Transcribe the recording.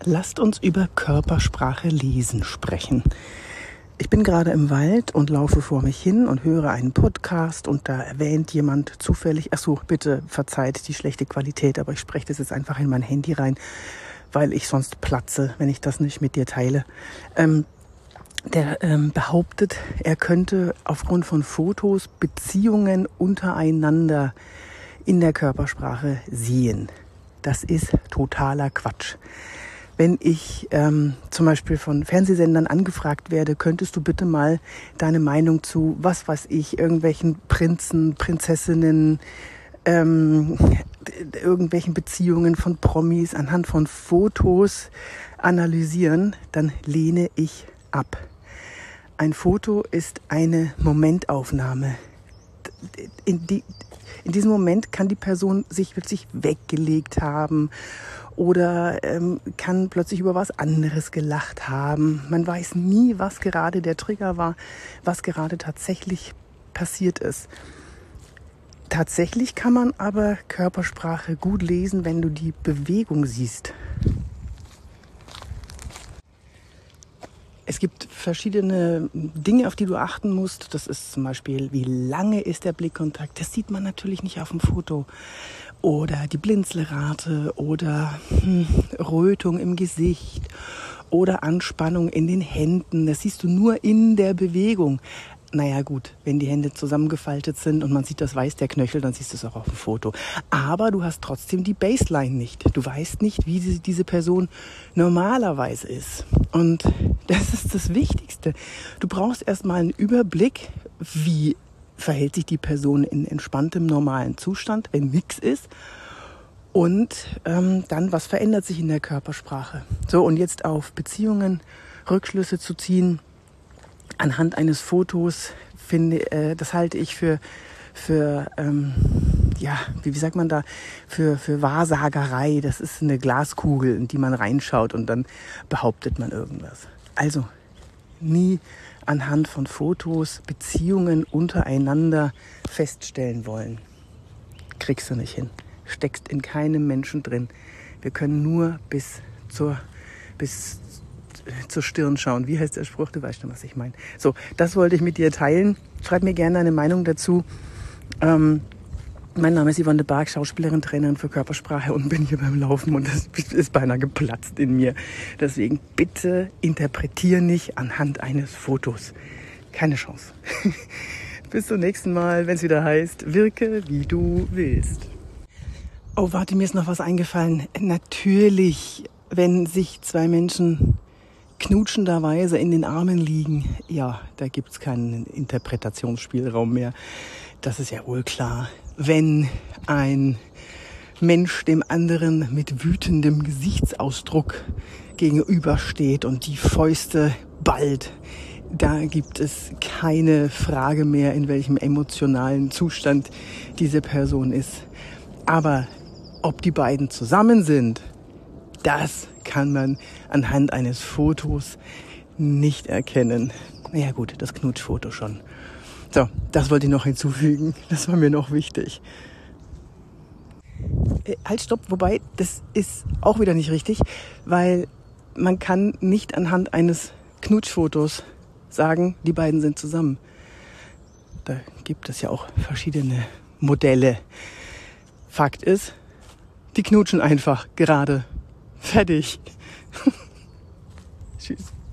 Lasst uns über Körpersprache lesen sprechen. Ich bin gerade im Wald und laufe vor mich hin und höre einen Podcast und da erwähnt jemand zufällig, bitte verzeiht die schlechte Qualität, aber ich spreche das jetzt einfach in mein Handy rein, weil ich sonst platze, wenn ich das nicht mit dir teile. Der behauptet, er könnte aufgrund von Fotos Beziehungen untereinander in der Körpersprache sehen. Das ist totaler Quatsch. Wenn ich zum Beispiel von Fernsehsendern angefragt werde, könntest du bitte mal deine Meinung zu, irgendwelchen Prinzen, Prinzessinnen, irgendwelchen Beziehungen von Promis anhand von Fotos analysieren, dann lehne ich ab. Ein Foto ist eine Momentaufnahme. In diesem Moment kann die Person sich plötzlich weggelegt haben oder kann plötzlich über was anderes gelacht haben. Man weiß nie, was gerade der Trigger war, was gerade tatsächlich passiert ist. Tatsächlich kann man aber Körpersprache gut lesen, wenn du die Bewegung siehst. Es gibt verschiedene Dinge, auf die du achten musst. Das ist zum Beispiel, wie lange ist der Blickkontakt? Das sieht man natürlich nicht auf dem Foto. Oder die Blinzelrate oder Rötung im Gesicht oder Anspannung in den Händen. Das siehst du nur in der Bewegung. Naja gut, wenn die Hände zusammengefaltet sind und man sieht das Weiß der Knöchel, dann siehst du es auch auf dem Foto. Aber du hast trotzdem die Baseline nicht. Du weißt nicht, wie diese Person normalerweise ist. Und das ist das Wichtigste. Du brauchst erstmal einen Überblick, wie verhält sich die Person in entspanntem, normalen Zustand, wenn nichts ist. Und dann, was verändert sich in der Körpersprache? So, und jetzt auf Beziehungen Rückschlüsse zu ziehen, anhand eines Fotos, das halte ich für Wahrsagerei. Das ist eine Glaskugel, in die man reinschaut und dann behauptet man irgendwas. Also nie anhand von Fotos Beziehungen untereinander feststellen wollen. Kriegst du nicht hin. Steckst in keinem Menschen drin. Wir können nur bis zur Stirn schauen. Wie heißt der Spruch? Du weißt schon, was ich meine. So, das wollte ich mit dir teilen. Schreib mir gerne eine Meinung dazu. Mein Name ist Yvonne de Barg, Schauspielerin, Trainerin für Körpersprache und bin hier beim Laufen und das ist beinahe geplatzt in mir. Deswegen bitte interpretiere nicht anhand eines Fotos. Keine Chance. Bis zum nächsten Mal, wenn es wieder heißt, wirke wie du willst. Oh, warte, mir ist noch was eingefallen. Natürlich, wenn sich zwei Menschen knutschenderweise in den Armen liegen, ja, da gibt's keinen Interpretationsspielraum mehr. Das ist ja wohl klar. Wenn ein Mensch dem anderen mit wütendem Gesichtsausdruck gegenübersteht und die Fäuste ballt, da gibt es keine Frage mehr, in welchem emotionalen Zustand diese Person ist. Aber ob die beiden zusammen sind, das kann man anhand eines Fotos nicht erkennen. Naja gut, das Knutschfoto schon. So, das wollte ich noch hinzufügen. Das war mir noch wichtig. Halt, stopp, wobei, das ist auch wieder nicht richtig, weil man kann nicht anhand eines Knutschfotos sagen, die beiden sind zusammen. Da gibt es ja auch verschiedene Modelle. Fakt ist, die knutschen einfach gerade. Fertig. Tschüss.